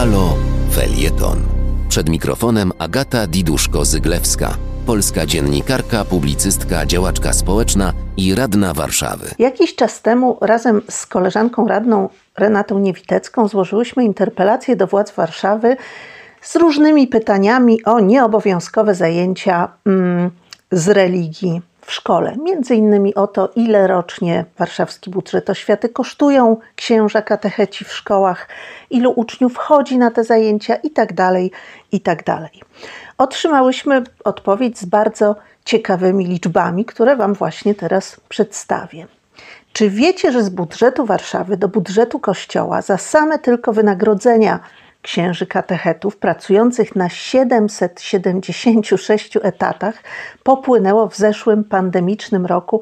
Halo Felieton. Przed mikrofonem Agata Diduszko-Zyglewska, polska dziennikarka, publicystka, działaczka społeczna i radna Warszawy. Jakiś czas temu razem z koleżanką radną Renatą Niewitecką złożyłyśmy interpelację do władz Warszawy z różnymi pytaniami o nieobowiązkowe zajęcia z religii w szkole. Między innymi o to, ile rocznie warszawski budżet oświaty kosztują księża katecheci w szkołach, ilu uczniów chodzi na te zajęcia itd., itd. Otrzymałyśmy odpowiedź z bardzo ciekawymi liczbami, które Wam właśnie teraz przedstawię. Czy wiecie, że z budżetu Warszawy do budżetu Kościoła za same tylko wynagrodzenia księży katechetów pracujących na 776 etatach popłynęło w zeszłym pandemicznym roku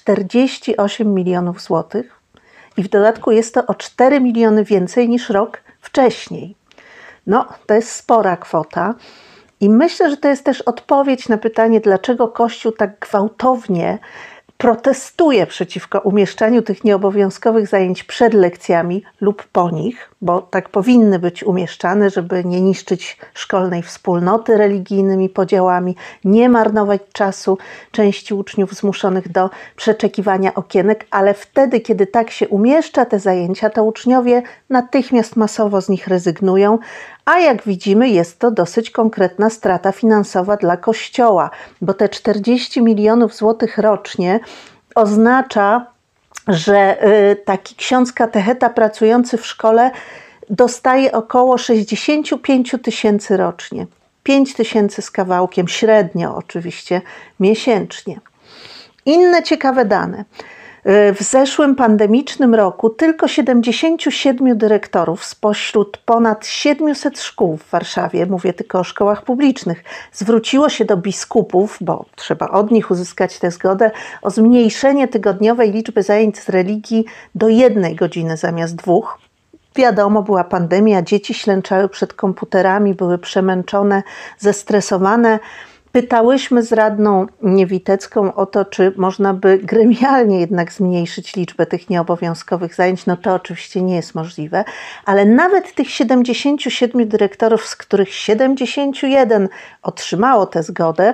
48 milionów złotych i w dodatku jest to o 4 miliony więcej niż rok wcześniej. No, to jest spora kwota i myślę, że to jest też odpowiedź na pytanie, dlaczego Kościół tak gwałtownie protestuje przeciwko umieszczaniu tych nieobowiązkowych zajęć przed lekcjami lub po nich, bo tak powinny być umieszczane, żeby nie niszczyć szkolnej wspólnoty religijnymi podziałami, nie marnować czasu części uczniów zmuszonych do przeczekiwania okienek, ale wtedy, kiedy tak się umieszcza te zajęcia, to uczniowie natychmiast masowo z nich rezygnują, a jak widzimy, jest to dosyć konkretna strata finansowa dla Kościoła, bo te 40 milionów złotych rocznie oznacza, że taki ksiądz katecheta pracujący w szkole dostaje około 65 tysięcy rocznie. 5 tysięcy z kawałkiem, średnio oczywiście, miesięcznie. Inne ciekawe dane. W zeszłym pandemicznym roku tylko 77 dyrektorów spośród ponad 700 szkół w Warszawie, mówię tylko o szkołach publicznych, zwróciło się do biskupów, bo trzeba od nich uzyskać tę zgodę, o zmniejszenie tygodniowej liczby zajęć z religii do 1 godziny zamiast 2. Wiadomo, była pandemia, dzieci ślęczały przed komputerami, były przemęczone, zestresowane. Pytałyśmy z radną Niewitecką o to, czy można by gremialnie jednak zmniejszyć liczbę tych nieobowiązkowych zajęć. No to oczywiście nie jest możliwe, ale nawet tych 77 dyrektorów, z których 71 otrzymało tę zgodę,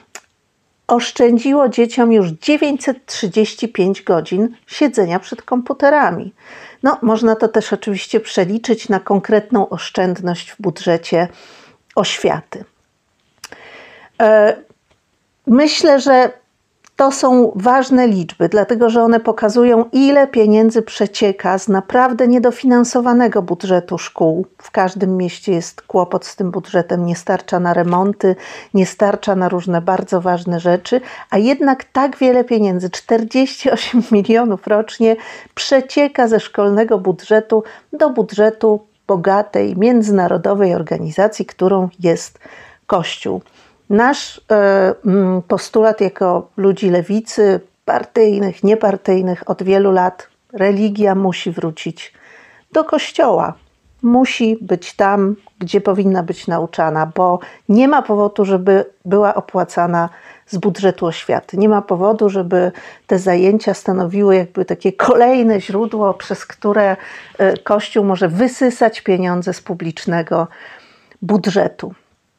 oszczędziło dzieciom już 935 godzin siedzenia przed komputerami. No, można to też oczywiście przeliczyć na konkretną oszczędność w budżecie oświaty. Myślę, że to są ważne liczby, dlatego że one pokazują, ile pieniędzy przecieka z naprawdę niedofinansowanego budżetu szkół. W każdym mieście jest kłopot z tym budżetem, nie starcza na remonty, nie starcza na różne bardzo ważne rzeczy, a jednak tak wiele pieniędzy, 48 milionów rocznie, przecieka ze szkolnego budżetu do budżetu bogatej, międzynarodowej organizacji, którą jest Kościół. Nasz postulat jako ludzi lewicy, partyjnych, niepartyjnych od wielu lat, religia musi wrócić do Kościoła. Musi być tam, gdzie powinna być nauczana, bo nie ma powodu, żeby była opłacana z budżetu oświaty. Nie ma powodu, żeby te zajęcia stanowiły jakby takie kolejne źródło, przez które Kościół może wysysać pieniądze z publicznego budżetu.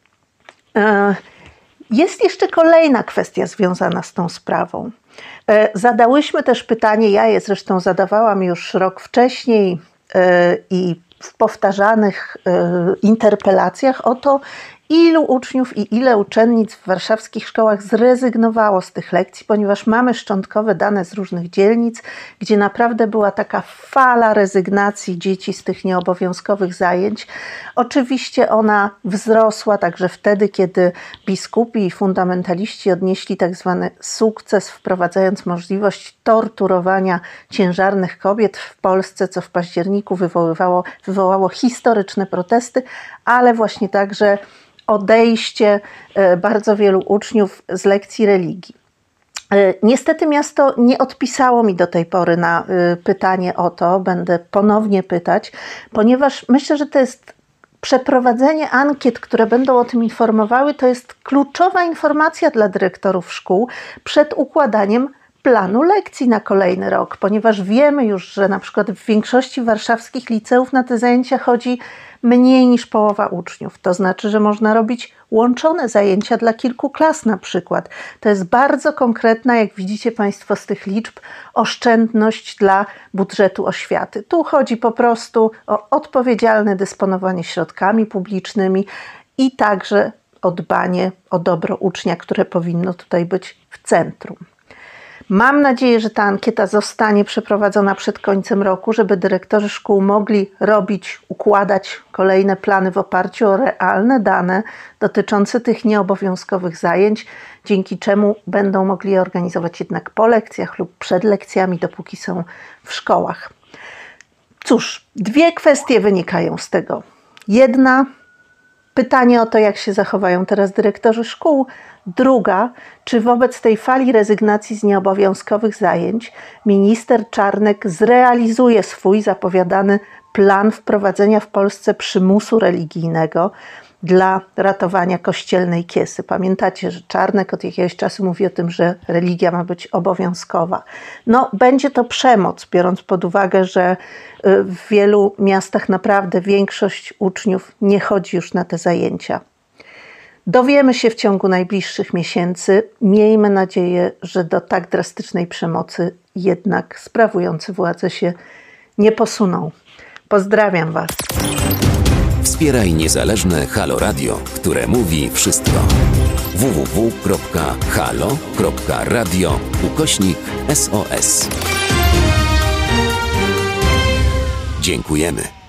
Jest jeszcze kolejna kwestia związana z tą sprawą. Zadałyśmy też pytanie, ja je zresztą zadawałam już rok wcześniej i w powtarzanych interpelacjach o to, ilu uczniów i ile uczennic w warszawskich szkołach zrezygnowało z tych lekcji, ponieważ mamy szczątkowe dane z różnych dzielnic, gdzie naprawdę była taka fala rezygnacji dzieci z tych nieobowiązkowych zajęć. Oczywiście ona wzrosła także wtedy, kiedy biskupi i fundamentaliści odnieśli tak zwany sukces, wprowadzając możliwość torturowania ciężarnych kobiet w Polsce, co w październiku wywołało historyczne protesty, ale właśnie także odejście bardzo wielu uczniów z lekcji religii. Niestety miasto nie odpisało mi do tej pory na pytanie o to, będę ponownie pytać, ponieważ myślę, że to jest przeprowadzenie ankiet, które będą o tym informowały, to jest kluczowa informacja dla dyrektorów szkół przed układaniem planu lekcji na kolejny rok, ponieważ wiemy już, że na przykład w większości warszawskich liceów na te zajęcia chodzi mniej niż połowa uczniów. To znaczy, że można robić łączone zajęcia dla kilku klas na przykład. To jest bardzo konkretna, jak widzicie Państwo z tych liczb, oszczędność dla budżetu oświaty. Tu chodzi po prostu o odpowiedzialne dysponowanie środkami publicznymi i także o dbanie o dobro ucznia, które powinno tutaj być w centrum. Mam nadzieję, że ta ankieta zostanie przeprowadzona przed końcem roku, żeby dyrektorzy szkół mogli układać kolejne plany w oparciu o realne dane dotyczące tych nieobowiązkowych zajęć, dzięki czemu będą mogli je organizować jednak po lekcjach lub przed lekcjami, dopóki są w szkołach. Cóż, dwie kwestie wynikają z tego. Jedna, pytanie o to, jak się zachowają teraz dyrektorzy szkół. Druga, czy wobec tej fali rezygnacji z nieobowiązkowych zajęć minister Czarnek zrealizuje swój zapowiadany plan wprowadzenia w Polsce przymusu religijnego dla ratowania kościelnej kiesy. Pamiętacie, że Czarnek od jakiegoś czasu mówi o tym, że religia ma być obowiązkowa. Będzie to przemoc, biorąc pod uwagę, że w wielu miastach naprawdę większość uczniów nie chodzi już na te zajęcia. Dowiemy się w ciągu najbliższych miesięcy. Miejmy nadzieję, że do tak drastycznej przemocy jednak sprawujący władzę się nie posuną. Pozdrawiam Was. Wspieraj niezależne Halo Radio, które mówi wszystko. www.halo.radio/SOS. Dziękujemy.